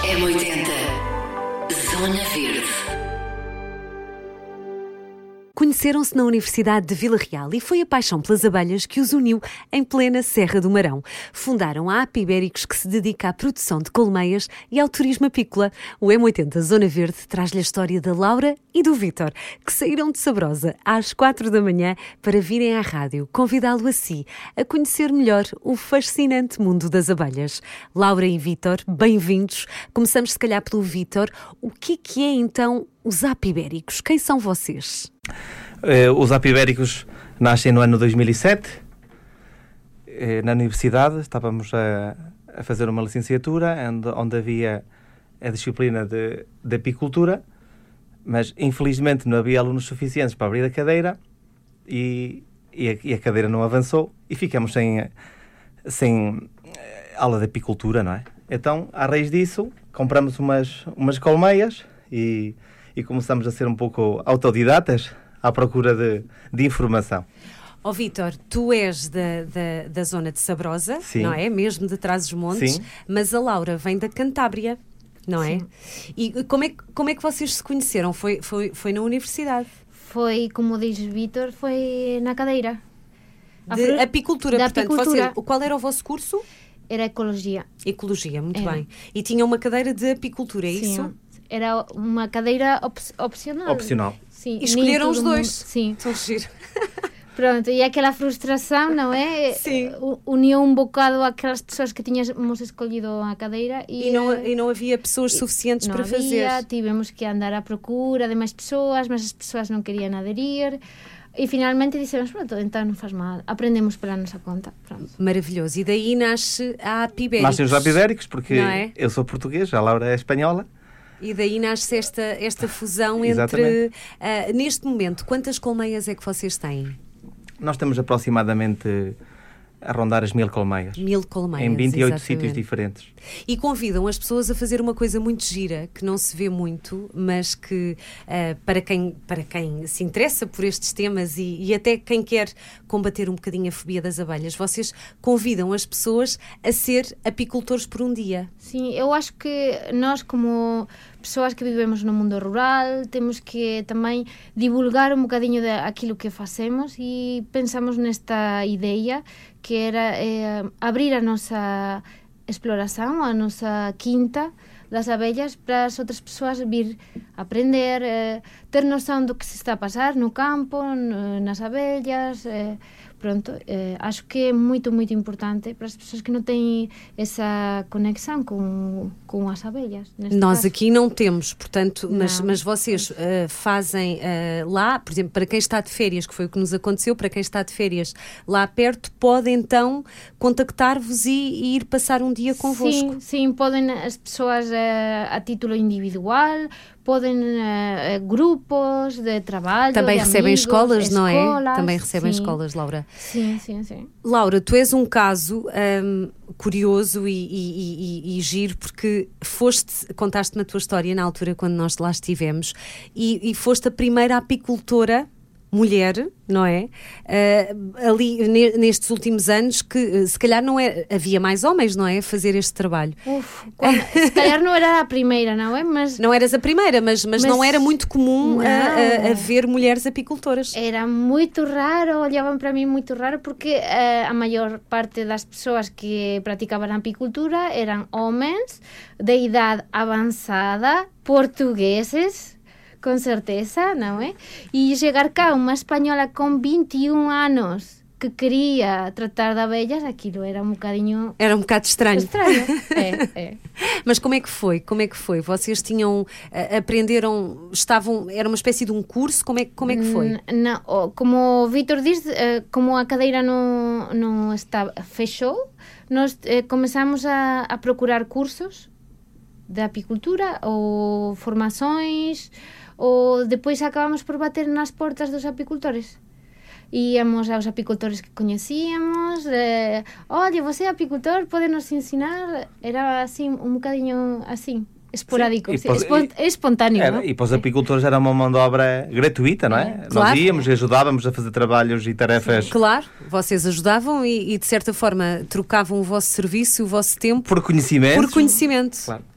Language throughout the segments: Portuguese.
M80 Zona Verde. Conheceram-se na Universidade de Vila Real e foi a paixão pelas abelhas que os uniu em plena Serra do Marão. Fundaram a Apibéricos, que se dedica à produção de colmeias e ao turismo apícola. O M80 Zona Verde traz-lhe a história da Laura e do Vítor, que saíram de Sabrosa às 4 da manhã para virem à rádio convidá-lo a si a conhecer melhor o fascinante mundo das abelhas. Laura e Vítor, bem-vindos. Começamos se calhar pelo Vítor. O que é então os apibéricos? Quem são vocês? Os apibéricos nascem no ano 2007. Na universidade estávamos a fazer uma licenciatura onde havia a disciplina de apicultura, mas infelizmente não havia alunos suficientes para abrir a cadeira e a cadeira não avançou e ficamos sem aula de apicultura, não é? Então, à raiz disso, compramos umas colmeias e começamos a ser um pouco autodidatas à procura de informação. Ó Vítor, tu és da zona de Sabrosa, Sim. Não é? Mesmo de Trás-os-Montes, Sim. mas a Laura vem da Cantábria, não é? E como é que vocês se conheceram? Foi na universidade? Foi, como diz Vítor, foi na cadeira. De apicultura, de portanto. apicultura. Qual era o vosso curso? Era ecologia. Ecologia, muito Era. bem. E tinha uma cadeira de apicultura, é Sim, isso? era uma cadeira opcional. Opcional. Sim, E escolheram nem os todo dois. mundo- Sim. Tão giro. Pronto, e aquela frustração, não é? Sim. Uniu um bocado aquelas pessoas que tínhamos escolhido a cadeira E não havia pessoas suficientes não para havia, fazer. tivemos que andar à procura de mais pessoas, mas as pessoas não queriam aderir. E finalmente dissemos, pronto, então não faz mal, aprendemos pela nossa conta. Pronto. Maravilhoso. E daí nasce a Apibéricos. Nascem os apibéricos porque Não é? eu sou português, a Laura é espanhola. E daí nasce esta fusão entre... Exatamente. Neste momento, quantas colmeias é que vocês têm? Nós temos aproximadamente a rondar as 1000 colmeias. 1000 colmeias, Em 28 exatamente. sítios diferentes. E convidam as pessoas a fazer uma coisa muito gira, que não se vê muito, mas que para quem se interessa por estes temas e até quem quer combater um bocadinho a fobia das abelhas, vocês convidam as pessoas a ser apicultores por um dia. Sim, eu acho que nós, como pessoas que vivemos no mundo rural, temos que também divulgar um bocadinho daquilo que fazemos e pensamos nesta ideia que era abrir a nossa exploração, a nossa quinta das abelhas para as outras pessoas vir aprender, ter noção do que se está a passar no campo, nas abelhas. Pronto, acho que é muito, muito importante para as pessoas que não têm essa conexão com as abelhas. Nós caso. aqui não temos, portanto, Não. mas vocês fazem lá, por exemplo, para quem está de férias, que foi o que nos aconteceu, para quem está de férias lá perto, pode então contactar-vos e ir passar um dia convosco. Sim, podem as pessoas a título individual, podem grupos de trabalho. Também de recebem amigos, escolas, não é? escolas, Também recebem sim. escolas, Laura. Sim. Laura, tu és um caso curioso e giro, porque contaste-me a tua história na altura quando nós lá estivemos e foste a primeira apicultora mulher, não é? Ali nestes últimos anos que se calhar havia mais homens, não é? A fazer este trabalho. Se calhar não era a primeira, não é? Mas Não eras a primeira, mas não era muito comum Não. haver mulheres apicultoras. era muito raro, olhavam para mim muito raro, porque a maior parte das pessoas que praticavam a apicultura eram homens de idade avançada, portugueses, com certeza, não é? E chegar cá uma espanhola com 21 anos que queria tratar de abelhas, aquilo era um bocadinho Era um bocado estranho. estranho. É. Mas como é que foi? Vocês aprenderam, era uma espécie de um curso? Como é que foi? Não, como o Vítor diz, como a cadeira não fechou, nós começamos a procurar cursos de apicultura ou formações, ou depois acabamos por bater nas portas dos apicultores. Íamos aos apicultores que conhecíamos, olha, você é apicultor, pode nos ensinar? Era assim, um bocadinho assim, esporádico, Sim, espontâneo. Era, não? e para os apicultores era uma mão de obra gratuita, não é? Claro. Nós íamos e ajudávamos a fazer trabalhos e tarefas Claro, vocês ajudavam e de certa forma trocavam o vosso serviço, o vosso tempo por conhecimento. por conhecimento. Claro.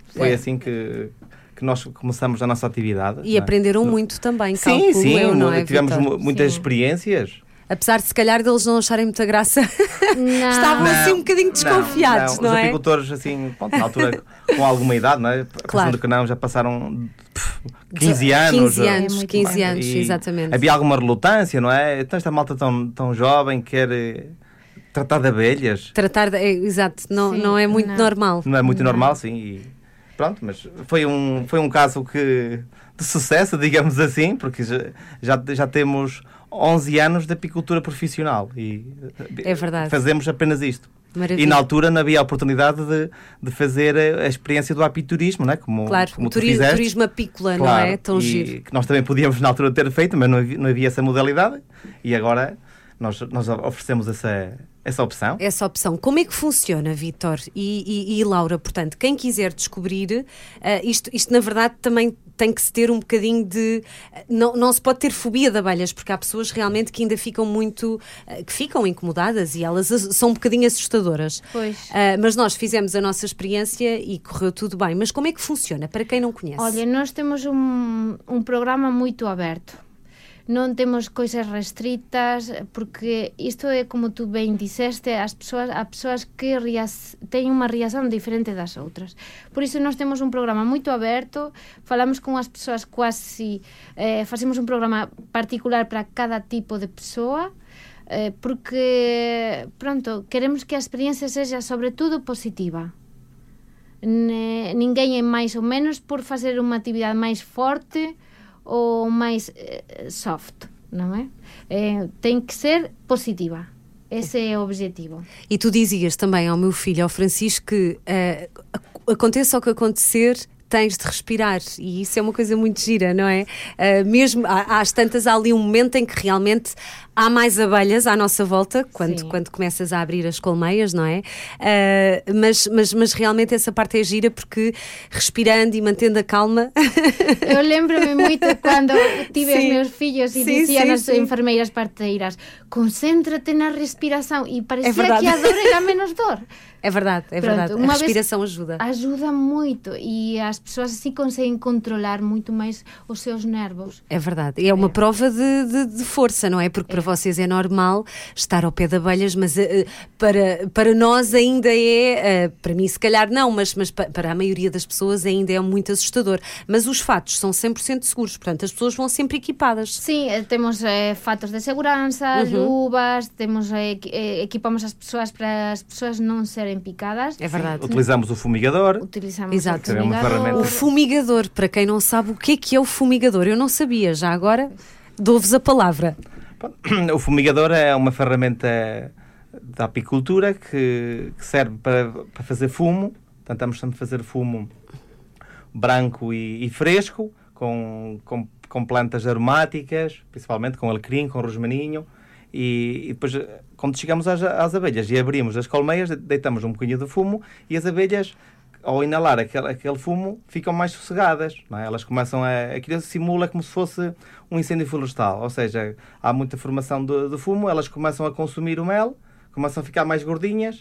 Foi assim que nós começamos a nossa atividade. E aprenderam muito também, sim, calculo sim, eu, não é, tivemos Vítor? muitas Sim. experiências. Apesar de se calhar deles não acharem muita graça, Não. estavam assim um bocadinho desconfiados, não Os é? apicultores, assim, pronto, na altura, com alguma idade, não é? Claro. Pensando que não, já passaram 15 anos. 15 anos, É muito 15 mais. anos, E exatamente. Havia alguma relutância, não é? Então esta malta tão jovem quer tratar de abelhas. Tratar exato, não, Sim, não é muito não. normal. Não é muito Não. normal, sim. E pronto, mas foi um caso de sucesso, digamos assim, porque já temos 11 anos de apicultura profissional e É verdade. fazemos apenas isto. Maravilha. E na altura não havia a oportunidade de fazer a experiência do apiturismo, não é? Como Claro, tu fizeste. turismo apícola, não Claro, é? Tão e giro. que nós também podíamos na altura ter feito, mas não havia essa modalidade e agora nós oferecemos essa opção. Essa opção. Como é que funciona, Vítor e Laura? Portanto, quem quiser descobrir, isto na verdade também tem que se ter um bocadinho de... Não se pode ter fobia de abelhas, porque há pessoas realmente que ainda ficam muito... que ficam incomodadas e elas são um bocadinho assustadoras. Pois. Mas nós fizemos a nossa experiência e correu tudo bem. Mas como é que funciona, para quem não conhece? Olha, nós temos um programa muito aberto. Non temos coisas restritas, porque isto é como tú ben disseste, há persoas que teñen unha reación diferente das outras. Por iso nós temos un programa moito aberto, falamos con as persoas quasi, facemos un programa particular para cada tipo de persoa, porque, pronto, queremos que a experiencia sexa sobre todo positiva. Ninguén é máis ou menos por facer unha actividade máis forte ou máis soft, non é? Tem que ser positiva. Esse é o objetivo. E tu dizias também ao meu filho, ao Francisco, que aconteça o que acontecer, tens de respirar, e isso é uma coisa muito gira, não é? Mesmo às tantas, há ali um momento em que realmente há mais abelhas à nossa volta, quando começas a abrir as colmeias, não é? Mas realmente essa parte é gira, porque respirando e mantendo a calma... Eu lembro-me muito quando tive os meus filhos e diziam as sim. enfermeiras parteiras, concéntrate na respiração, e parecia verdade. que a dor era menos dor. É verdade, é verdade. Pronto, A respiração ajuda. Ajuda muito, e as pessoas assim conseguem controlar muito mais os seus nervos. É verdade. E é uma prova de força, não é? Porque para vocês é normal estar ao pé de abelhas, mas para nós ainda é, para mim se calhar não, mas para a maioria das pessoas ainda é muito assustador. Mas os fatos são 100% seguros, portanto as pessoas vão sempre equipadas. Sim, temos fatos de segurança, luvas, temos equipamos as pessoas para as pessoas não serem picadas. É verdade. Utilizamos o fumigador. Utilizamos Exato. o É uma fumigador. ferramenta. O fumigador, para quem não sabe o que é o fumigador, eu não sabia, já agora dou-vos a palavra. O fumigador é uma ferramenta da apicultura que serve para fazer fumo. Tentamos sempre fazer fumo branco e fresco, com plantas aromáticas, principalmente com alecrim, com rosmaninho. E depois, quando chegamos às abelhas e abrimos as colmeias, deitamos um bocadinho de fumo e as abelhas, ao inalar aquele fumo, ficam mais sossegadas, não é? Elas começam aquilo simula como se fosse um incêndio florestal, ou seja, há muita formação de fumo, elas começam a consumir o mel, começam a ficar mais gordinhas.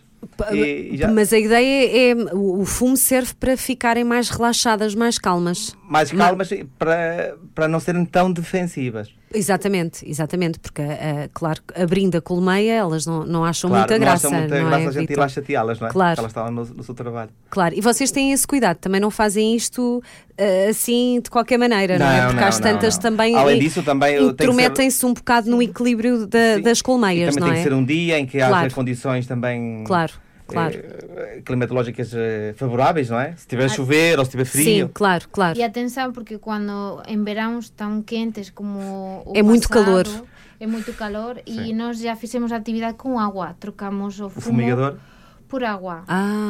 Mas a ideia é, o fumo serve para ficarem mais relaxadas, mais calmas. Mais calmas, para não serem tão defensivas. Exatamente, porque, claro, abrindo a colmeia, elas não acham Claro, muita graça, não acham muita não graça é, a gente ir Vítor? lá chateá-las, não é? Claro. Porque elas estavam no seu trabalho. Claro, e vocês têm esse cuidado, também não fazem isto assim de qualquer maneira, não é? Porque às tantas também Além disso, também intrometem-se um bocado no equilíbrio das colmeias, e também não tem é? que ser um dia em que haja Claro. condições também Claro. climatológicas favoráveis, não é? Se estiver a chover ou se estiver frio. Sim, claro. E atenção, porque quando em verão estão quentes como o É muito passado, calor. É muito calor, e Sim. nós já fizemos atividade com água, trocamos o O fumo fumigador. por água.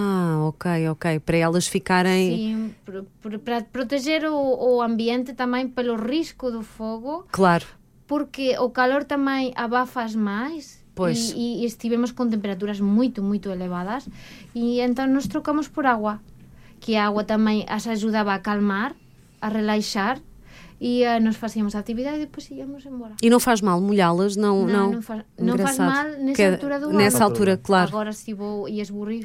Ok, para elas ficarem... Sim, para proteger o ambiente também pelo risco do fogo, Claro, porque o calor também abafas máis. Pois. E estivemos com temperaturas muito, muito elevadas, e então nos trocamos por água, que a água também as ajudava a calmar, a relaxar, e nós fazíamos a atividade e depois íamos embora. E não faz mal molhá-las? Não faz Engraçado. mal nessa altura do ano. Nessa altura, claro. Agora se vou e esburrir,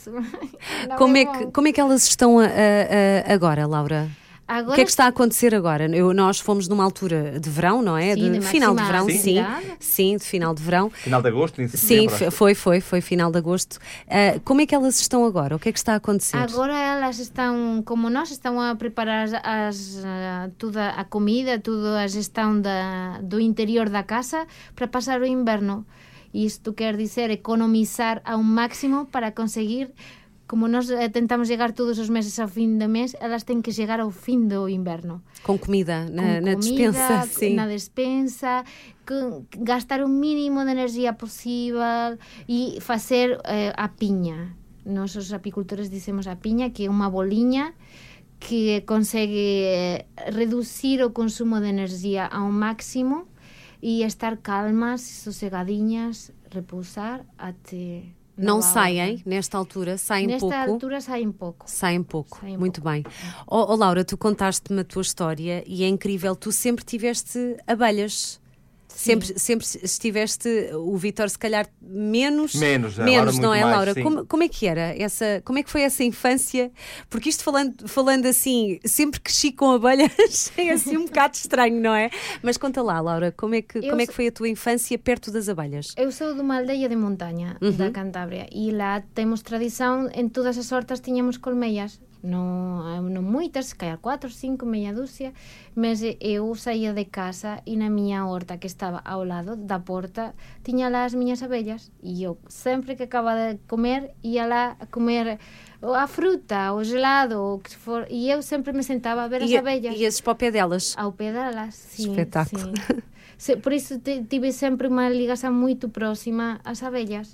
Como é que elas estão agora, Laura? Agora, o que é que está a acontecer agora? Nós fomos numa altura de verão, não é? Sim, de final de verão, sim. Sim, de final de verão. Final de agosto, em Sim, setembro. foi final de agosto. Como é que elas estão agora? O que é que está a acontecer? Agora elas estão, como nós, estão a preparar toda a comida, toda a gestão do interior da casa para passar o inverno. Isto quer dizer economizar ao máximo para conseguir. Como nós tentamos chegar todos os meses ao fim do mês, elas têm que chegar ao fim do inverno. Com comida na comida, despensa, sim. Na despensa, gastar o mínimo de energia possível e fazer a pinha. Nós, os apicultores, dizemos a pinha, que é uma bolinha que consegue reduzir o consumo de energia ao máximo e estar calmas, sossegadinhas, repousar até... Não saem, nesta altura, saem pouco. Nesta altura saem pouco. Saem pouco, muito bem. Laura, tu contaste-me a tua história e é incrível, tu sempre tiveste abelhas. Sempre estiveste, o Vítor se calhar menos, não é, Laura? Como é que era como é que foi essa infância? Porque isto falando assim, sempre cresci com abelhas, é assim um bocado estranho, não é? Mas conta lá, Laura, como é que foi a tua infância perto das abelhas? Eu sou de uma aldeia de montanha, da Cantábria, e lá temos tradição, em todas as hortas tínhamos colmeias. Não muitas, se calhar 4 ou 5, meia dúzia, mas eu saía de casa e na minha horta que estava ao lado da porta tinha lá as minhas abelhas e eu sempre que acabava de comer ia lá a comer a fruta, o gelado, o que for, e eu sempre me sentava a ver as abelhas. E esses para o pé delas? Ao pé delas, sim. Espetáculo. Sim. Por isso tive sempre uma ligação muito próxima às abelhas.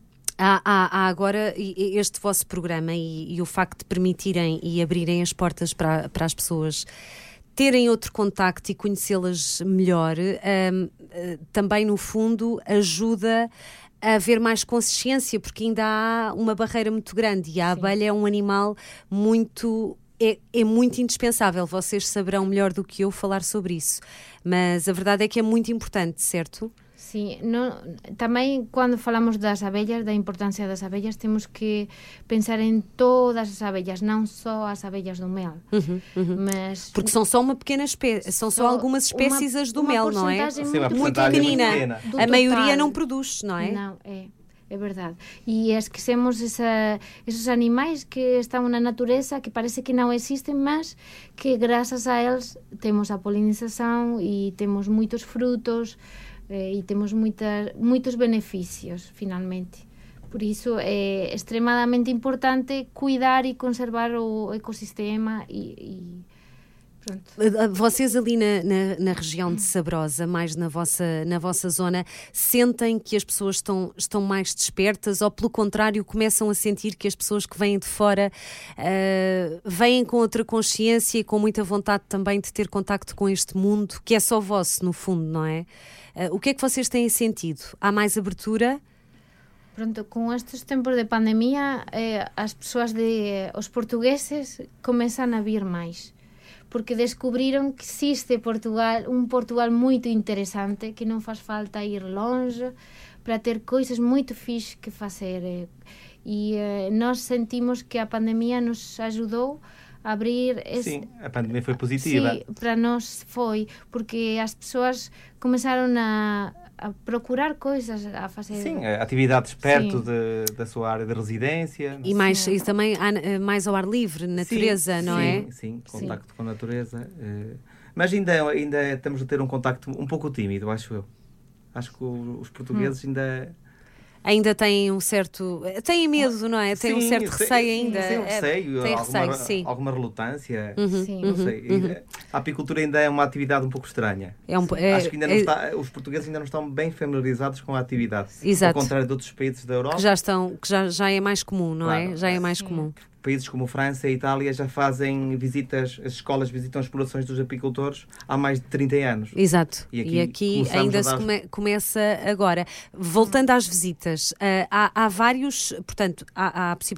Há agora este vosso programa e o facto de permitirem e abrirem as portas para as pessoas terem outro contacto e conhecê-las melhor, também no fundo ajuda a haver mais consciência, porque ainda há uma barreira muito grande e a abelha é um animal muito... É muito indispensável, vocês saberão melhor do que eu falar sobre isso, mas a verdade é que é muito importante, certo? Sim, também quando falamos das abelhas, da importância das abelhas, temos que pensar em todas as abelhas, não só as abelhas do mel. Mas porque são só uma pequena espécie, são só algumas espécies as do mel, não é? Muito pequenina. A maioria não produz, não é? Não, é verdade. E esquecemos esses animais que estão na natureza, que parece que não existem, mas que graças a eles temos a polinização e temos muitos frutos, e temos muitos benefícios, finalmente. Por isso é extremadamente importante cuidar e conservar o ecossistema e pronto. Vocês ali na região de Sabrosa, mais na vossa zona, sentem que as pessoas estão mais despertas ou, pelo contrário, começam a sentir que as pessoas que vêm de fora vêm com outra consciência e com muita vontade também de ter contacto com este mundo, que é só vosso, no fundo, não é? O que é que vocês têm sentido? Há mais abertura? Pronto, com estes tempos de pandemia, as pessoas, os portugueses, começam a vir mais. Porque descobriram que existe um Portugal muito interessante, que não faz falta ir longe para ter coisas muito fixes que fazer. E nós sentimos que a pandemia nos ajudou a abrir... Sim, a pandemia foi positiva. Sim, para nós foi, porque as pessoas começaram a procurar coisas, a fazer... Sim, atividades perto da sua área de residência. E também mais ao ar livre, natureza, não é? Sim, contacto com a natureza. Mas ainda estamos a ter um contacto um pouco tímido, acho eu. Acho que os portugueses ainda têm um certo... Têm medo, não é? Têm um certo receio ainda. Sim, receio, alguma relutância. Sim. Não sei. A apicultura ainda é uma atividade um pouco estranha. Acho que ainda não os portugueses ainda não estão bem familiarizados com a atividade. Exato. Ao contrário de outros países da Europa. Que já é mais comum, não é? Já é mais comum. Países como França e Itália já fazem visitas, as escolas visitam explorações dos apicultores há mais de 30 anos. Exato. E aqui ainda começa agora. Voltando às visitas, há vários, portanto, há a possibilidade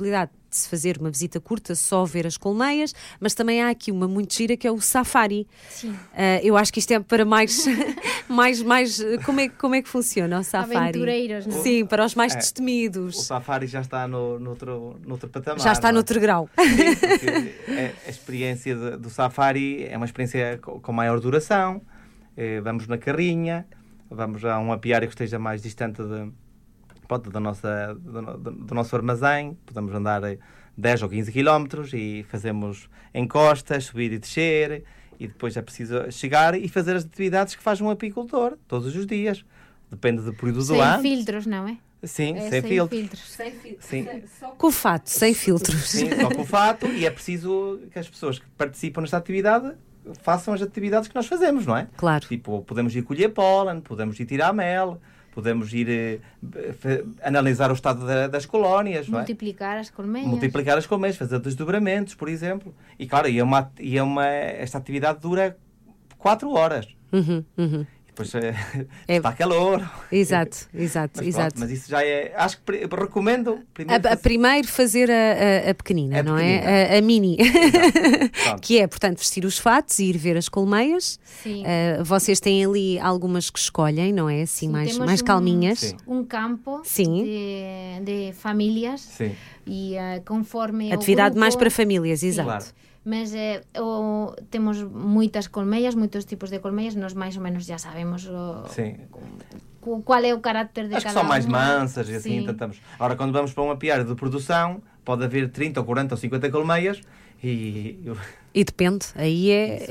de se fazer uma visita curta, só ver as colmeias, mas também há aqui uma muito gira que é o safari. Sim. Eu acho que isto é para mais como é que funciona o safari? Aventureiros, não é? Sim, para os mais O destemidos. safari já está noutro patamar. Já está não é? noutro grau. Sim, porque a experiência do safari é uma experiência com maior duração. Vamos na carrinha, vamos a um apiário que esteja mais distante do nosso armazém. Podemos andar 10 ou 15 quilómetros e fazemos encostas, subir e descer, e depois é preciso chegar e fazer as atividades que faz um apicultor todos os dias. Depende do período do ano. Sem filtros, não é? Sim, É sem filtros. Sem filtros. Sim. Com o fato, sem filtros. Sim, só com o fato, e é preciso que as pessoas que participam nesta atividade façam as atividades que nós fazemos, não é? Claro. Tipo, podemos ir colher pólen, podemos ir tirar mel, podemos ir analisar o estado das colónias, não é? Multiplicar as colmeias. Multiplicar as colmeias, fazer desdobramentos, por exemplo. E claro, esta atividade dura 4 horas. Uhum. Depois está calor. Exato. Mas isso já é... Acho que recomendo... Primeiro fazer a pequenina, não é? A mini. Que é, portanto, vestir os fatos e ir ver as colmeias. Sim. Vocês têm ali algumas que escolhem, não é? Assim, Sim, mais calminhas. Sim. Um campo Sim. de famílias. Sim. E conforme Atividade o grupo, mais para famílias, exato. Claro. Mas temos moitas colmeias, moitos tipos de colmeias, nós máis ou menos já sabemos Sim. qual é o carácter de Acho que cada são mais uma. mansas e assim Sim. tentamos. Agora, quando vamos para um apiário de produção, pode haver 30 ou 40 ou 50 colmeias e... E depende, aí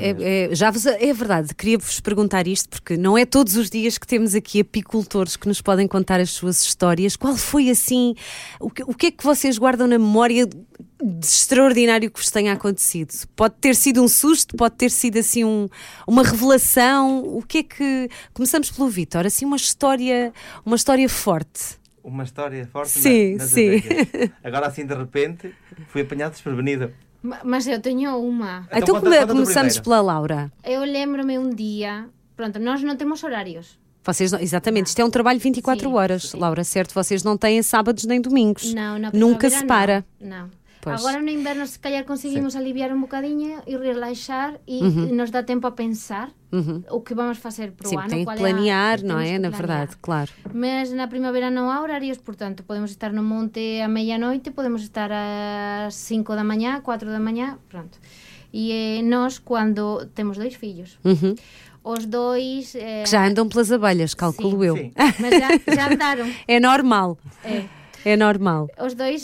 é verdade, queria-vos perguntar isto, porque não é todos os dias que temos aqui apicultores que nos podem contar as suas histórias. Qual foi assim, o que é que vocês guardam na memória de extraordinário que vos tenha acontecido? Pode ter sido um susto, pode ter sido assim uma revelação, o que é que... Começamos pelo Vítor, assim uma história forte. Uma história forte Sim, nas sim. abelhas. Agora assim de repente fui apanhado desprevenido. Mas eu teño unha. Então conta começamos primeiro. pela Laura. Eu lembro-me un día, pronto, nós non temos horarios. Vocês exatamente, isto é um trabalho 24 Sim, horas, sim. Laura, certo? Vocês não têm sábados nem domingos. Não, na Nunca primavera se para. Não. Pois. Agora no inverno se calhar conseguimos aliviar un bocadinho e relaxar e nos dá tempo a pensar o que vamos facer pro Sim, ano. tem que qual planear, temos não é? que Na planear. verdade, claro. Mas na primavera non há horarios, portanto, podemos estar no monte a meia-noite, podemos estar ás 5 da mañá, 4 da mañá, pronto. E nós, quando temos 2 fillos, os dois... Que já andam pelas abelhas, calculo Sim, eu. sim. Mas já andaram. É normal. É. É normal. Os dois,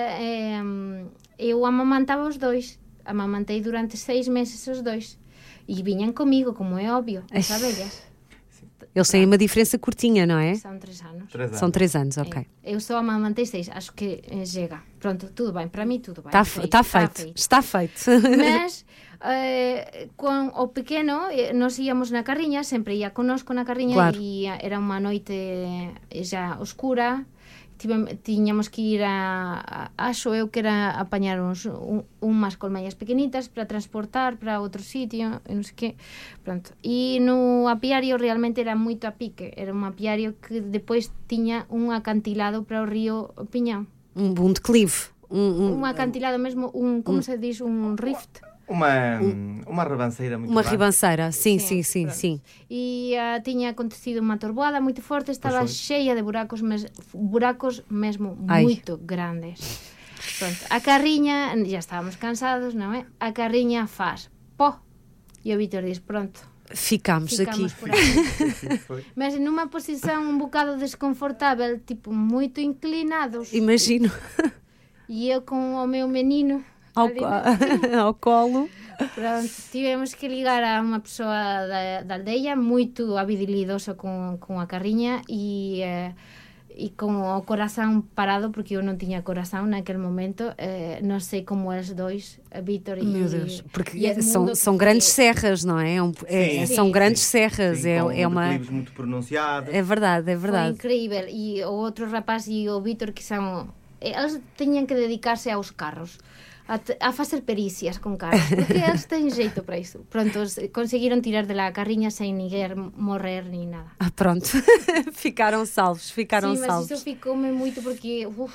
eu amamantaba os dois. Amamantei durante 6 meses os dois. E vinham comigo, como é óbvio, as abelhas. Eles têm uma diferença curtinha, não é? São 3 anos. 3 anos. São 3 anos, ok. Eu só amamantei 6, acho que chega. Pronto, tudo bem, para mim tudo bem. Está feito. Está feito. Mas con o pequeno nós íamos na carriña, sempre ia conosco na carriña. Claro. E era unha noite já oscura. Tiñamos que ir acho eu que era apañar unhas colmeias pequenitas para transportar para outro sitio, non sei que, pronto. E no apiario realmente era moito a pique, era un apiario que depois tiña un acantilado para o río Piñón. Um declive. Un acantilado mesmo, como se diz, un rift. Uma ribanceira muito Uma grande. ribanceira, sim. pronto. E tiña acontecido unha torboada moito forte, estaba foi. cheia de buracos mesmo Ai. moito grandes. Pronto, a carriña, já estábamos cansados, non é? A carriña faz pó. E o Vítor diz, pronto, Ficamos aqui. por aqui. Mas nunha posición un bocado desconfortável, tipo, moito inclinados. Imagino. E eu con o meu menino Ao colo. Pronto, tivemos que ligar a unha persoa da aldeia moito habilidoso con a carriña e con o corazón parado, porque eu non tiña corazón naquele momento. Non sei como os dois, Vítor e Meu Deus, porque e Edmundo, são grandes serras, não é? Sim, São sim, grandes sim. serras. Sim, com É uma. declives muito pronunciados. É verdade, é Foi verdade. incrível. E o outro rapaz e o Vítor, que são... Eles tiñan que dedicarse aos carros, a facer pericias con carros, porque eles têm jeito para iso. Pronto, conseguiron tirar de la carriña sem ninguém morrer ni nada. Pronto. Ficaram salvos, Sim, mas salvos. isso ficou-me muito porque...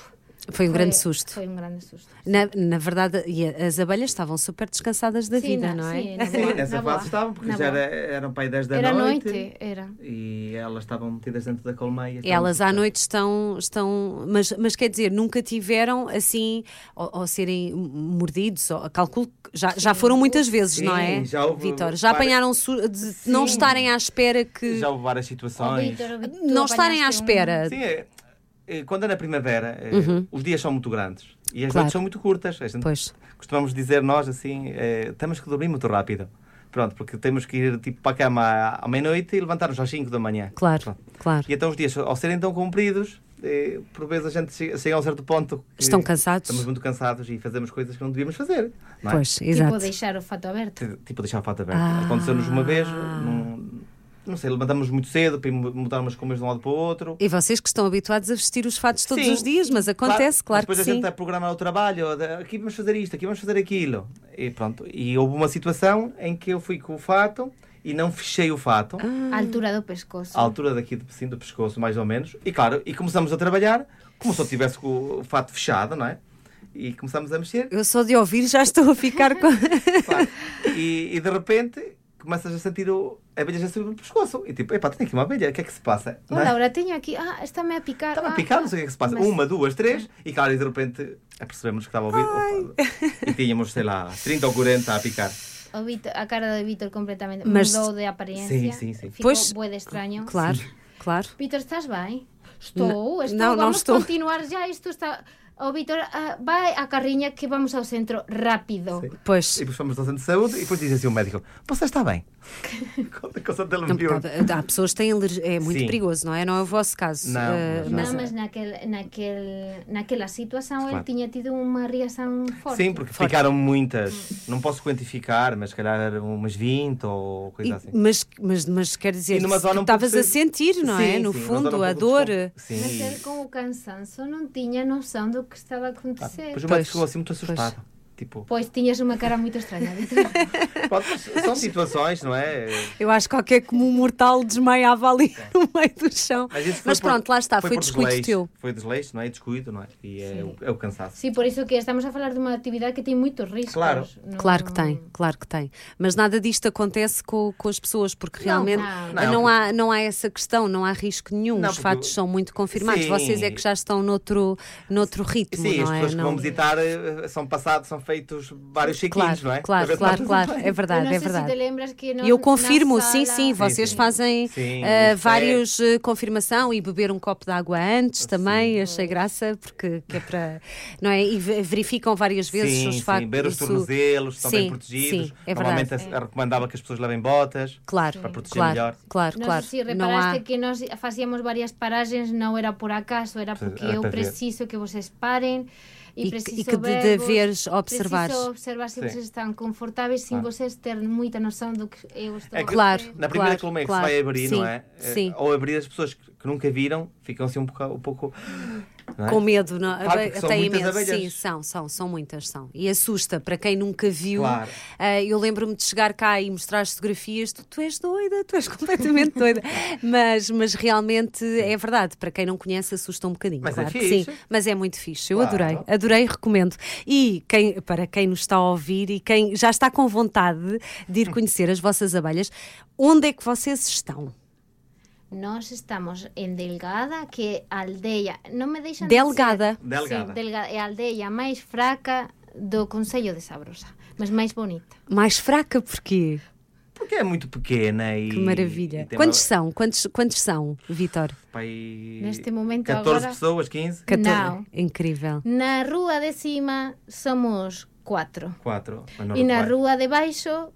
Foi um grande susto. Foi um grande susto. Na verdade, e as abelhas estavam super descansadas da vida, não é? Sim, na Sim, boa, nessa na fase boa. estavam, porque Na já boa. eram para aí 10 da Era noite. noite, era. E elas estavam metidas dentro da colmeia. Elas à noite estão mas quer dizer, nunca tiveram assim, ou serem mordidos, ou, calculo que já foram muitas vezes, Sim, não é, já houve Vítor? Já várias- apanharam de não estarem à espera que... Já houve várias situações. Não estarem à espera. Sim, quando é na primavera, os dias são muito grandes e as Claro. noites são muito curtas. A gente Pois. costumamos dizer nós assim, temos que dormir muito rápido. Pronto, porque temos que ir tipo, para a cama à meia-noite e levantar-nos às 5 da manhã. Claro, Pronto. claro. E então os dias, ao serem tão compridos, por vezes a gente chega a um certo ponto que Estão cansados? estamos muito cansados e fazemos coisas que não devíamos fazer. Não é? Pois, exato. Tipo, deixar o fato aberto. Tipo deixar a fato aberto. Ah. Aconteceu-nos uma vez, não sei, levantamos muito cedo para ir mudar umas coisas de um lado para o outro. E vocês que estão habituados a vestir os fatos todos Sim, os dias, mas acontece, claro mas que depois sim. a gente a programar o trabalho, aqui vamos fazer isto, aqui vamos fazer aquilo. E pronto. E houve uma situação em que eu fui com o fato e não fechei o fato, A altura do pescoço. à altura daqui assim, do pescoço, mais ou menos. E claro, e começamos a trabalhar como se eu tivesse com o fato fechado, não é? E começamos a mexer. Eu só de ouvir já estou a ficar com... Claro. E de repente começas a sentir a abelha já subir no pescoço. E tipo, epá, tenho aqui uma abelha, o que é que se passa? Oh, Não é? Laura, tenho aqui. Está-me a picar. Estava a picar, não sei o que é que se passa. Mas- 1, 2, 3, e claro, e de repente apercebemos que estava a ouvir. Opa, e tínhamos, sei lá, 30 ou 40 a picar. O Vítor- a cara de Vítor completamente Mas- mudou de aparência. Sim, sim, sim. Ficou Pois- bué de estranho. Claro, claro. Vítor, estás bem? Estou. Não Vamos estou. continuar já. Isto está... Oh, Vítor, vai à carrinha que vamos ao centro rápido. Sim. Pois. E depois fomos ao centro de saúde e depois diz assim o médico: você está bem? Coisa dele Não, me viu. porque há pessoas que têm alergia, é muito Sim. perigoso, não é? Não é o vosso caso. Não, Não, mas naquela situação ele Claro. tinha tido uma reação forte. Sim, porque ficaram muitas. Não posso quantificar, mas se calhar umas 20 ou coisa assim. Mas quer dizer, E numa zona que um pouco estavas a sim. sentir, não é? Sim, No sim, uma fundo, zona um a pouco dor. Sim. Mas ele com o cansaço não tinha noção do que estava a acontecer. Depois o Pois, médico ficou assim muito assustado. Tipo, Pois tinhas uma cara muito estranha, Vítor. pronto, mas são situações, não é? Eu acho que qualquer comum mortal desmaiava ali no meio do chão. Isso Mas foi pronto, lá está, foi por descuido desleixo. teu. Foi desleixo, não é? Descuido, não é? E é o cansaço. Sim, por isso que estamos a falar de uma atividade que tem muitos riscos. Claro. Não- Claro que tem, claro que tem. Mas nada disto acontece com as pessoas, porque realmente não. não há essa questão, não há risco nenhum. Não, Os porque fatos são muito confirmados. Sim. Vocês é que já estão noutro ritmo, Sim, não as é? pessoas que Não- vão visitar são feitos vários check-ins, Claro, não é? claro, Para ver se claro, está claro. tudo bem. É verdade, Eu não é sei se te verdade. lembras que nós, E eu confirmo, na sim, sala- sim, vocês sim. fazem Sim, vários confirmação e beber um copo de água antes também, achei graça, porque que é para, não é? E verificam várias vezes Sim, os sim, factos. ver os tornozelos, estão bem Sim, protegidos. sim, é Normalmente verdade. recomendava que as pessoas levem botas Claro, para proteger claro, melhor. claro, Não claro. sei se Não reparaste há... que nós fazíamos várias paragens, não era por acaso, era porque Era eu para ver. preciso que vocês parem E preciso que ver-vos, deveres observar. Preciso observar se Sim. vocês estão confortáveis, sem Claro. vocês terem muita noção do que eu estou É a que Claro. fazer. Na primeira Claro, colmeia que claro. se vai abrir, Sim, não é? sim. Ao abrir, as pessoas que nunca viram ficam assim um pouco não é? Com medo, não? Claro, porque são Têm muitas medo. abelhas. Sim, são muitas, são. E assusta, para quem nunca viu. Claro. Eu lembro-me de chegar cá e mostrar as fotografias, tu és doida, tu és completamente doida. Mas realmente é verdade, para quem não conhece assusta um bocadinho. Mas é claro que fixe. sim, mas é muito fixe. Eu Claro. adorei, recomendo. E para quem nos está a ouvir e quem já está com vontade de ir conhecer as vossas abelhas, onde é que vocês estão? Nós estamos em Delgada, que é a aldeia. Não me deixam Delgada. dizer. Delgada. Sim, Delgada. É a aldeia mais fraca do Concello de Sabrosa, mas mais bonita. Mais fraca porquê? Porque é muito pequena e... Que maravilha. e tem Quantos são? Quantos são, Vítor? Neste momento 14 agora... pessoas, 15? Não. Incrível. Na rua de cima somos 4. 4. E na rua de baixo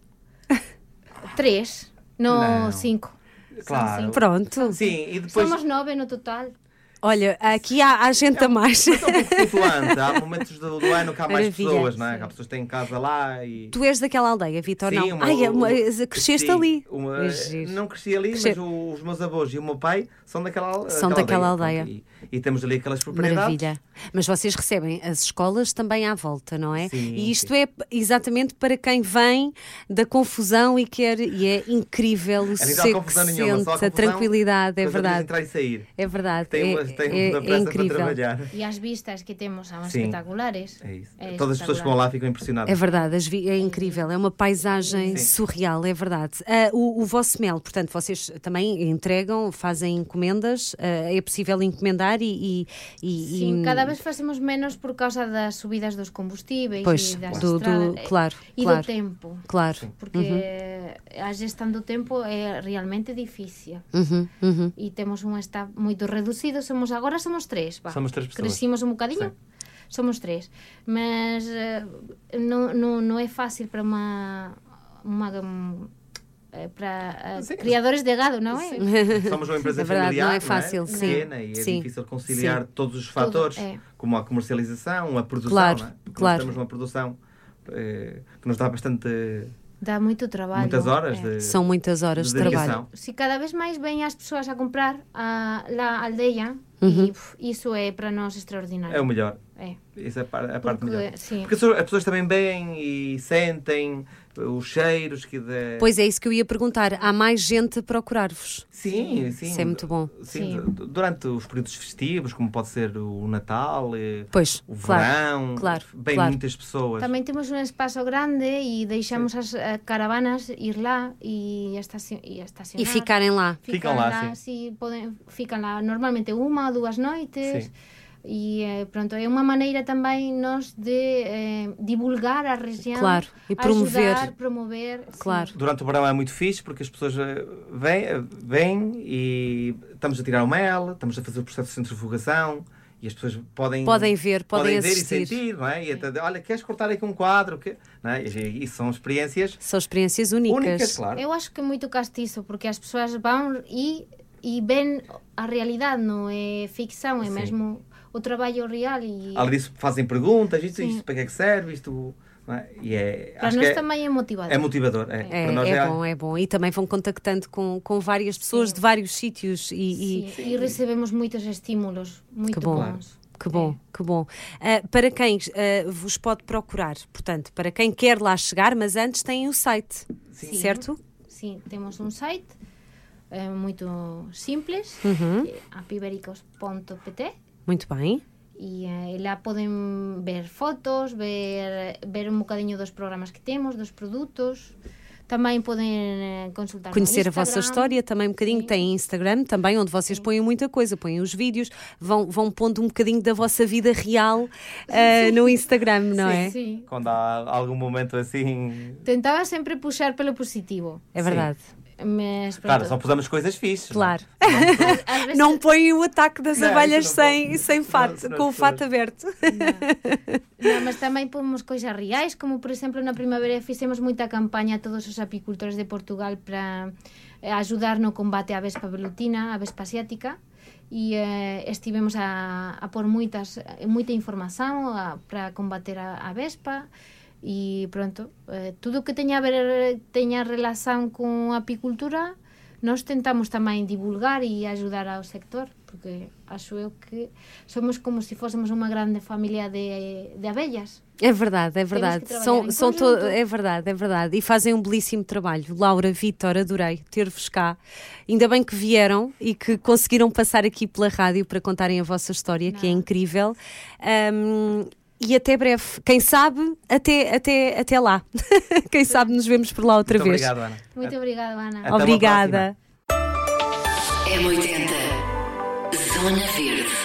3. Não. No 5. Claro. Pronto. Sim, e depois... Somos 9 no total. Olha, aqui há gente a mais. Mas é um pouco flutuante. Há momentos do ano que há mais Maravilha. pessoas, não é? Há pessoas que têm casa lá e... Tu és daquela aldeia, Vítor, Sim, não? Cresceste cresci, ali. É Giro. não cresci ali, Crescer. mas os meus avós e o meu pai são daquela daquela aldeia. Pronto, e temos ali aquelas propriedades. Maravilha. Mas vocês recebem as escolas também à volta, não é? Sim, E isto sim. é exatamente para quem vem da confusão e quer, e é incrível o A nível de sossego que confusão se nenhuma, sente, só a a confusão tranquilidade, é quando verdade. entrar e sair. É verdade. Tem têm muita pressa para incrível. trabalhar. E as vistas que temos são Sim. espetaculares. É isso. É Todas as pessoas que vão lá ficam impressionadas. É verdade, é incrível, é uma paisagem Sim. surreal, é verdade. O vosso mel, portanto, vocês também entregam, fazem encomendas, é possível encomendar Sim, cada vez facemos menos por causa das subidas dos combustíveis Pois, e das do estradas, claro, e claro, do tempo. claro. Porque a gestão do tempo é realmente difícil. E temos um staff muito reduzido, agora somos 3. Somos 3 pessoas. Crescimos um bocadinho, somos 3. Mas não é fácil para para criadores de gado, não é? Somos uma empresa É verdade, familiar, não é fácil, sim. pequena, e é Sim. difícil conciliar todos os fatores, é. como a comercialização, a produção, Claro, não é? Porque claro. nós temos uma produção que nos dá bastante... Dá muito trabalho. muitas horas de São muitas horas de dedicação. trabalho. Se cada vez mais vêm as pessoas a comprar lá a aldeia, e isso é para nós extraordinário. É o melhor. É. Isso é a parte melhor. Sim. Porque as pessoas também veem e sentem os cheiros que... Pois é isso que eu ia perguntar, há mais gente a procurar-vos? Sim. Isso é muito bom. Sim, Sim. durante os períodos festivos, como pode ser o Natal, Pois, o claro, verão, claro, vêm claro. muitas pessoas. Também temos um espaço grande e deixamos as caravanas ir lá e estacionar. E ficarem lá. Ficam lá, sim. Ficam lá normalmente 1 ou 2 noites. Sim. E pronto, é uma maneira também nós de divulgar a região, Claro, e promover. ajudar, promover. Claro. Sim. Durante o verão é muito fixe porque as pessoas vêm e estamos a tirar o mel, estamos a fazer o processo de centrifugação e as pessoas podem ver, podem ver assistir. e sentir, não é? E até, olha, queres cortar aqui um quadro? Não é? E isso são experiências São experiências únicas. claro. Eu acho que é muito castiço, porque as pessoas vão e veem a realidade, não é ficção, é Sim. mesmo o trabalho real. E Além disso, fazem perguntas, isto Sim. para que é que serve, isto... Não é? E para acho nós que também é motivador. é motivador. Para nós É bom. E também vão contactando com várias pessoas de vários sítios Sim, e recebemos muitos estímulos muito Que bom. bons. Que bom, que bom. Para quem vos pode procurar, portanto, para quem quer lá chegar, mas antes tem o site, Sim. certo? Sim, temos um site muito simples, que é apibericos.pt, Muito bem. e lá podem ver fotos, ver um bocadinho dos programas que temos, dos produtos. Também podem consultar Conhecer no a vossa Instagram. história também um bocadinho. Sim. Tem Instagram também, onde vocês põem muita coisa, põem os vídeos, vão pondo um bocadinho da vossa vida real no Instagram, não é? Sim. Quando há algum momento assim... Tentava sempre puxar pelo positivo. É verdade. Mas Claro, pronto, só pusemos coisas fixes. Claro. às vezes- Não põem o ataque das Não, abelhas isso não pode. sem fato, Senão com o as fato pessoas- aberto. Não, mas também pomos coisas reais, como por exemplo na primavera fizemos moita campaña a todos os apicultores de Portugal para ajudar no combate á vespa velutina, a vespa asiática, e estivemos a pôr moita información para combater a vespa. E pronto, tudo que teña relación con a apicultura nós tentamos tamén divulgar e ajudar ao sector, porque acho eu que somos como se fósemos unha grande familia de abellas. É verdade, é verdade. que trabalhar em conjunto. É verdade, é verdade. E fazem um belíssimo trabalho. Laura, Vítor, adorei ter-vos cá. Ainda bem que vieram e que conseguiram passar aqui pela rádio para contarem a vossa história, que é incrível. E até breve. Quem sabe, até lá. Quem sabe nos vemos por lá outra Muito vez. obrigado, Ana. Muito obrigada, Ana. Até uma Obrigada. M80 Zona Verde.